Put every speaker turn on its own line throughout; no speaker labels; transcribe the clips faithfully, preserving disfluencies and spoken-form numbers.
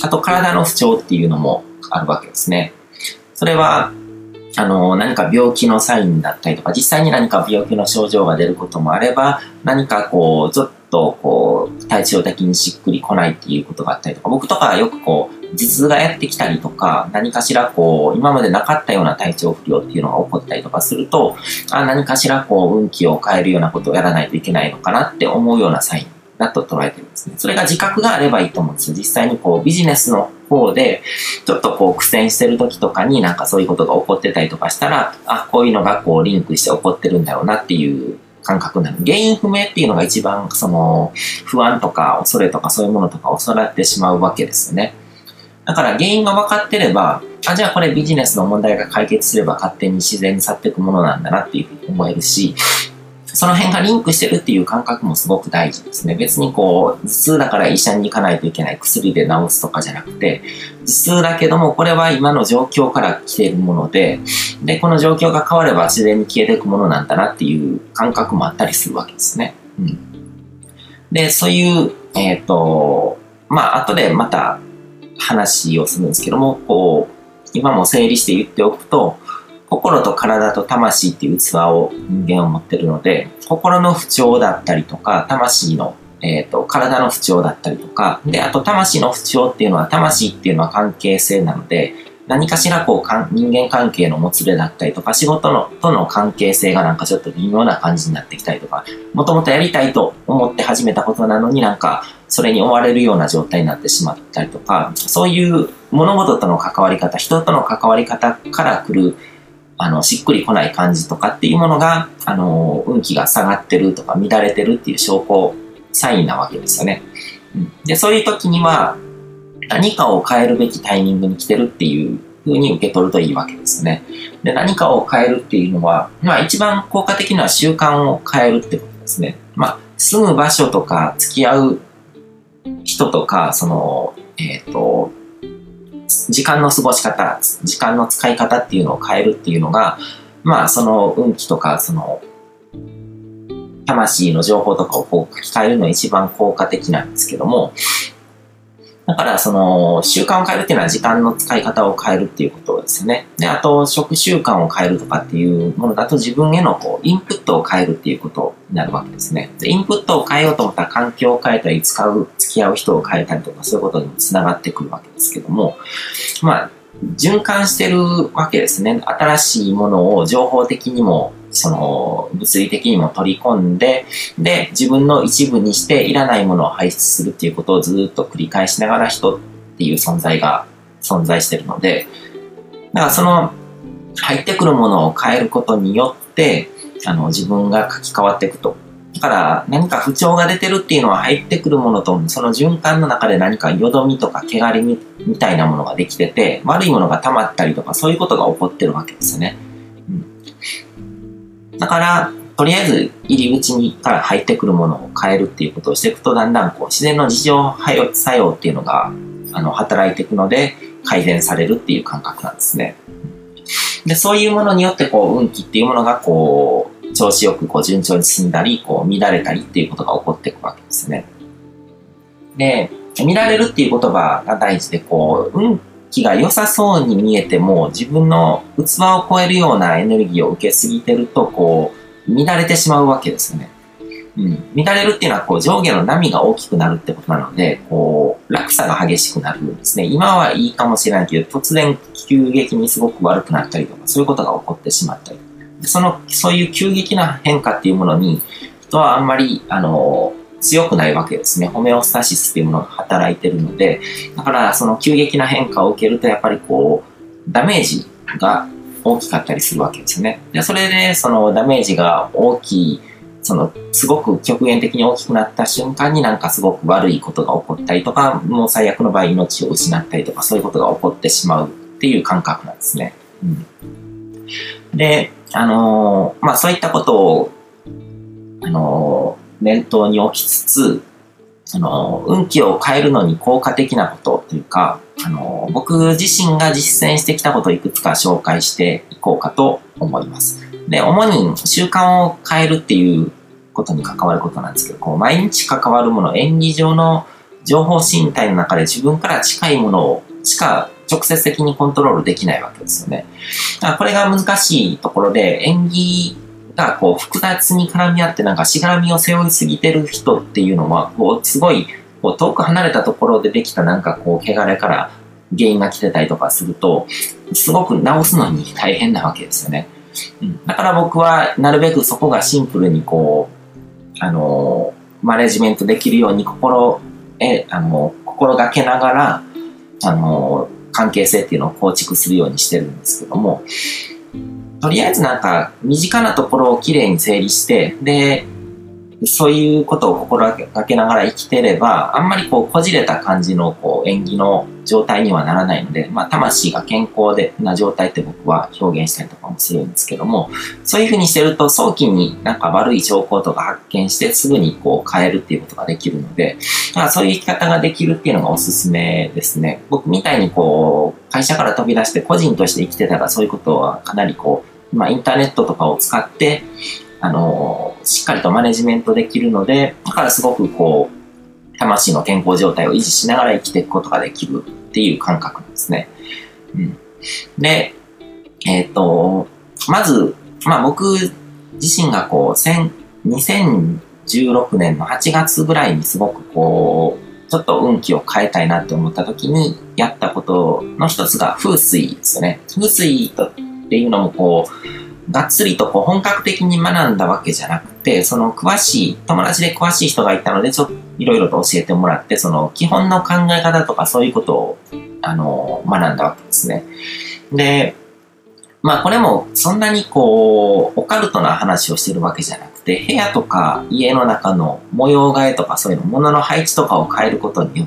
あと体の不調っていうのもあるわけですね。それは、あの、何か病気のサインだったりとか、実際に何か病気の症状が出ることもあれば、何かこう、ちょっとこう、体調的にしっくりこないっていうことがあったりとか、僕とかはよくこう、頭痛がやってきたりとか、何かしらこう、今までなかったような体調不良っていうのが起こったりとかすると、あ、何かしらこう、運気を変えるようなことをやらないといけないのかなって思うようなサインだと捉えてるんですね。それが自覚があればいいと思うんですよ。実際にこう、ビジネスの方で、ちょっとこう、苦戦してる時とかになんかそういうことが起こってたりとかしたら、あ、こういうのがこう、リンクして起こってるんだろうなっていう感覚になる。原因不明っていうのが一番、その、不安とか恐れとかそういうものとかを恐れてしまうわけですよね。だから原因が分かってれば、あ、じゃあこれビジネスの問題が解決すれば勝手に自然に去っていくものなんだなっていうふうに思えるし、その辺がリンクしてるっていう感覚もすごく大事ですね。別にこう、頭痛だから医者に行かないといけない薬で治すとかじゃなくて、頭痛だけどもこれは今の状況から来ているもので、で、この状況が変われば自然に消えていくものなんだなっていう感覚もあったりするわけですね。うん。で、そういう、えっと、まあ、後でまた話をするんですけども、こう、今も整理して言っておくと、心と体と魂っていう器を人間を持ってるので、心の不調だったりとか、魂の、えっと、体の不調だったりとか、で、あと魂の不調っていうのは、魂っていうのは関係性なので、何かしらこうかん、人間関係のもつれだったりとか、仕事のとの関係性がなんかちょっと微妙な感じになってきたりとか、もともとやりたいと思って始めたことなのになんか、それに追われるような状態になってしまったりとか、そういう物事との関わり方、人との関わり方から来る、あの、しっくりこない感じとかっていうものが、あの、運気が下がってるとか乱れてるっていう証拠、サインなわけですよね。うん、で、そういう時には、何かを変えるべきタイミングに来てるっていう風に受け取るといいわけですね。で、何かを変えるっていうのは、まあ一番効果的なのは習慣を変えるってことですね。まあ、住む場所とか、付き合う人とか、その、えっと、時間の過ごし方、時間の使い方っていうのを変えるっていうのが、まあその運気とか、その、魂の情報とかをこう書き換えるのが一番効果的なんですけども、だからその習慣を変えるっていうのは時間の使い方を変えるっていうことですね。で、あと食習慣を変えるとかっていうものだと自分へのこうインプットを変えるっていうことになるわけですね。で、インプットを変えようと思ったら環境を変えたり使う、付き合う人を変えたりとかそういうことにもつながってくるわけですけども、まあ、循環してるわけですね。新しいものを情報的にもその物理的にも取り込んで、で、自分の一部にしていらないものを排出するっていうことをずっと繰り返しながら人っていう存在が存在しているので、だからその入ってくるものを変えることによって、あの自分が書き換わっていくと。だから何か不調が出てるっていうのは入ってくるものと、その循環の中で何かよどみとか汚れみたいなものができてて、悪いものが溜まったりとかそういうことが起こってるわけですよね。うん、だから、とりあえず入り口にから入ってくるものを変えるっていうことをしていくと、だんだんこう自然の自浄作用っていうのがあの働いていくので改善されるっていう感覚なんですね。で、そういうものによってこう運気っていうものがこう調子よくこう順調に進んだり、こう乱れたりっていうことが起こっていくわけですね。で、乱れるっていう言葉が大事で、こう運気が良さそうに見えても自分の器を超えるようなエネルギーを受けすぎてるとこう乱れてしまうわけですよね。うん、乱れるっていうのはこう上下の波が大きくなるってことなので、こう落差が激しくなるんですね。今はいいかもしれないけど、突然急激にすごく悪くなったりとか、そういうことが起こってしまったり。その、そういう急激な変化っていうものに、人はあんまり、あの、強くないわけですね。ホメオスタシスっていうものが働いてるので、だからその急激な変化を受けると、やっぱりこう、ダメージが大きかったりするわけですね。で、それで、そのダメージが大きい、その、すごく極限的に大きくなった瞬間になんかすごく悪いことが起こったりとか、もう最悪の場合命を失ったりとか、そういうことが起こってしまうっていう感覚なんですね。うん、で、あのー、まあそういったことを、あのー、念頭に置きつつ、あのー、運気を変えるのに効果的なことというか、あのー、僕自身が実践してきたことをいくつか紹介していこうかと思います。で、主に習慣を変えるっていうことに関わることなんですけど、こう毎日関わるもの、演技上の情報身体の中で自分から近いものをしか直接的にコントロールできないわけですよね。だからこれが難しいところで、縁起がこう複雑に絡み合ってなんかしがらみを背負いすぎてる人っていうのは、こうすごいこう遠く離れたところでできたなんかこう汚れから原因が来てたりとかすると、すごく治すのに大変なわけですよね。うん、だから僕はなるべくそこがシンプルにこう、あのー、マネジメントできるように心え、あのー、心がけながら、あのー、関係性っていうのを構築するようにしてるんですけども、とりあえずなんか身近なところをきれいに整理して、で、そういうことを心がけながら生きてれば、あんまりこうこじれた感じのこう縁起の状態にはならないので、まあ魂が健康でな状態って僕は表現したりとかもするんですけども、そういうふうにしてると早期になんか悪い兆候とか発見してすぐにこう変えるっていうことができるので、まあそういう生き方ができるっていうのがおすすめですね。僕みたいにこう会社から飛び出して個人として生きてたらそういうことはかなりこう、まあインターネットとかを使って、あの、しっかりとマネジメントできるので、だからすごくこう、魂の健康状態を維持しながら生きていくことができるっていう感覚ですね。うん。で、えっと、まず、まあ僕自身がこう、にせんじゅうろくねんのはちがつぐらいにすごくこう、ちょっと運気を変えたいなって思った時にやったことの一つが風水ですよね。風水っていうのもこう、がっつりとこう本格的に学んだわけじゃなくて、その詳しい、友達で詳しい人がいたので、ちょっといろいろと教えてもらって、その基本の考え方とかそういうことを、あの、学んだわけですね。で、まあこれもそんなにこう、オカルトな話をしてるわけじゃなくて、部屋とか家の中の模様替えとかそういうの、物の配置とかを変えることによって、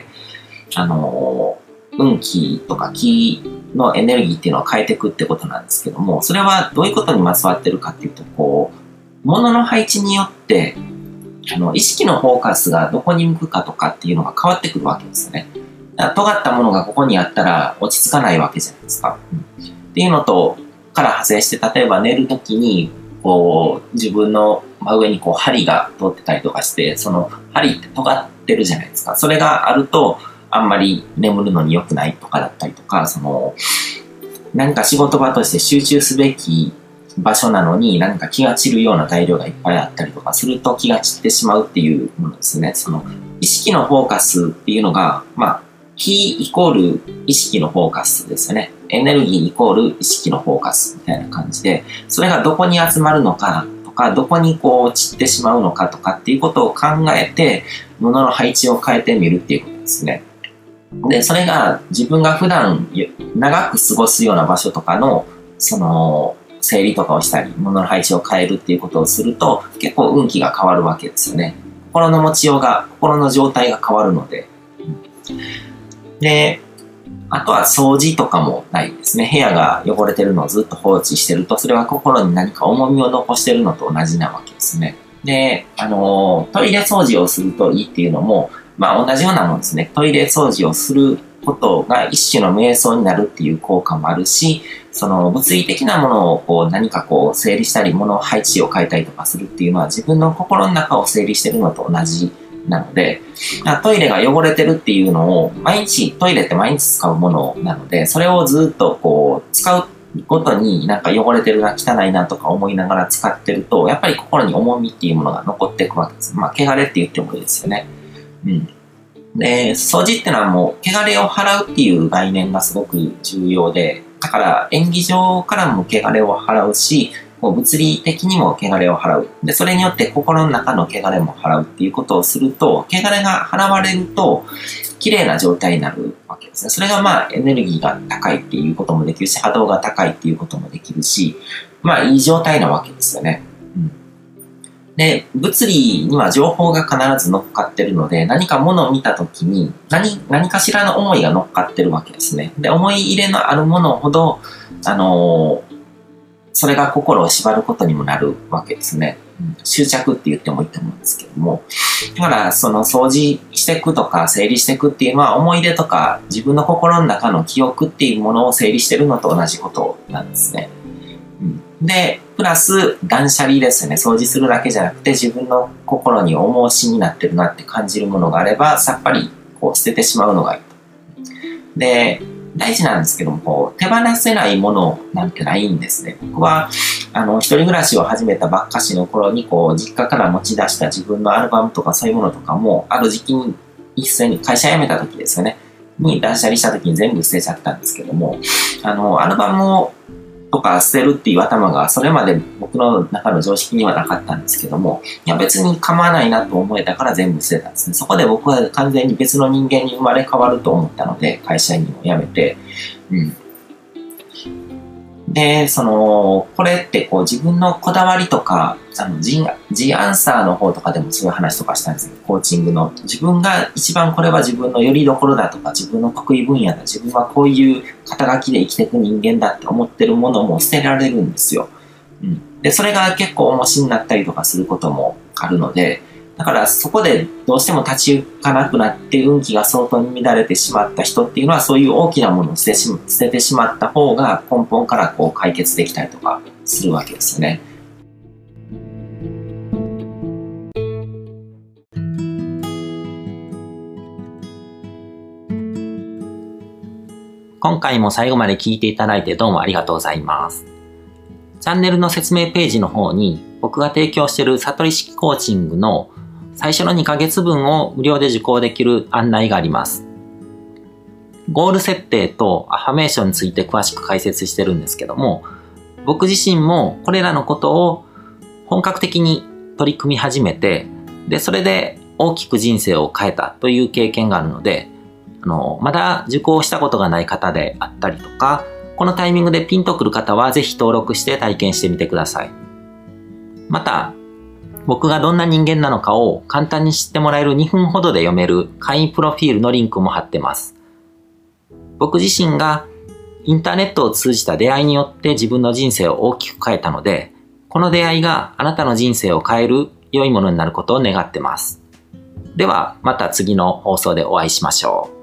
あの、運気とか気のエネルギーっていうのを変えていくってことなんですけども、それはどういうことにまつわってるかっていうと、こう、物の配置によって、あの、意識のフォーカスがどこに向くかとかっていうのが変わってくるわけですよね。だから尖ったものがここにあったら落ち着かないわけじゃないですか。うん、っていうのと、から派生して、例えば寝るときに、こう、自分の真上にこう針が通ってたりとかして、その針って尖ってるじゃないですか。それがあると、あんまり眠るのに良くないとかだったりとか、その、何か仕事場として集中すべき場所なのに何か気が散るような材料がいっぱいあったりとかすると気が散ってしまうっていうものですね。その意識のフォーカスっていうのが、まあ、気イコール意識のフォーカスですよね。エネルギーイコール意識のフォーカスみたいな感じで、それがどこに集まるのかとか、どこにこう散ってしまうのかとかっていうことを考えて、物の配置を変えてみるっていうことですね。で、それが自分が普段長く過ごすような場所とかの、その、整理とかをしたり、物の配置を変えるっていうことをすると、結構運気が変わるわけですよね。心の持ちようが、心の状態が変わるので。で、あとは掃除とかもないですね。部屋が汚れてるのをずっと放置してると、それは心に何か重みを残してるのと同じなわけですね。で、あの、トイレ掃除をするといいっていうのも、まあ同じようなもんですね。トイレ掃除をすることが一種の瞑想になるっていう効果もあるし、その物理的なものをこう何かこう整理したり、物配置を変えたりとかするっていうのは自分の心の中を整理してるのと同じなので、トイレが汚れてるっていうのを毎日、トイレって毎日使うものなので、それをずっとこう使うごとになんか汚れてるな、汚いなとか思いながら使ってると、やっぱり心に重みっていうものが残っていくわけです。まあ汚れって言ってもいいですよね。うん。で、掃除ってのはもう、汚れを払うっていう概念がすごく重要で、だから演技場からも汚れを払うし、こう物理的にも汚れを払う。で、それによって心の中の汚れも払うっていうことをすると、汚れが払われると、綺麗な状態になるわけですね。それがまあ、エネルギーが高いっていうこともできるし、波動が高いっていうこともできるし、まあ、いい状態なわけですよね。うん。で、物理には情報が必ず乗っかってるので、何か物を見たときに何、何かしらの思いが乗っかってるわけですね。で、思い入れのあるものほど、あのー、それが心を縛ることにもなるわけですね。うん、執着って言ってもいいと思うんですけども。だから、その掃除していくとか整理していくっていうのは、思い出とか自分の心の中の記憶っていうものを整理してるのと同じことなんですね。うんで、プラス断捨離ですよね。掃除するだけじゃなくて自分の心に重しになってるなって感じるものがあれば、さっぱりこう捨ててしまうのがいいと。で、大事なんですけども、こう手放せないものなんてないんですね。僕は、あの、一人暮らしを始めたばっかしの頃に、こう、実家から持ち出した自分のアルバムとかそういうものとかも、ある時期に一斉に会社辞めた時ですよね。に断捨離した時に全部捨てちゃったんですけども、あの、アルバムをとか捨てるっていう頭がそれまで僕の中の常識にはなかったんですけども、いや別に構わないなと思えたから全部捨てたんですね。そこで僕は完全に別の人間に生まれ変わると思ったので、会社員を辞めて、うん。で、その、これってこう自分のこだわりとか、あの、G、G アンサーの方とかでもそういう話とかしたんですけど、コーチングの。自分が一番これは自分の拠り所だとか、自分の得意分野だ、自分はこういう肩書きで生きていく人間だって思ってるものも捨てられるんですよ。うん。で、それが結構重しになったりとかすることもあるので、だからそこでどうしても立ち行かなくなって運気が相当に乱れてしまった人っていうのはそういう大きなものを捨てし捨ててしまった方が根本からこう解決できたりとかするわけですよね。今回も最後まで聞いていただいてどうもありがとうございます。チャンネルの説明ページの方に僕が提供している悟り式コーチングの最初のにかげつぶんを無料で受講できる案内があります。ゴール設定とアファメーションについて詳しく解説してるんですけども、僕自身もこれらのことを本格的に取り組み始めて、で、それで大きく人生を変えたという経験があるので、あの、まだ受講したことがない方であったりとか、このタイミングでピンとくる方はぜひ登録して体験してみてください。また、僕がどんな人間なのかを簡単に知ってもらえるにふんほどで読める会員プロフィールのリンクも貼ってます。僕自身がインターネットを通じた出会いによって自分の人生を大きく変えたので、この出会いがあなたの人生を変える良いものになることを願ってます。ではまた次の放送でお会いしましょう。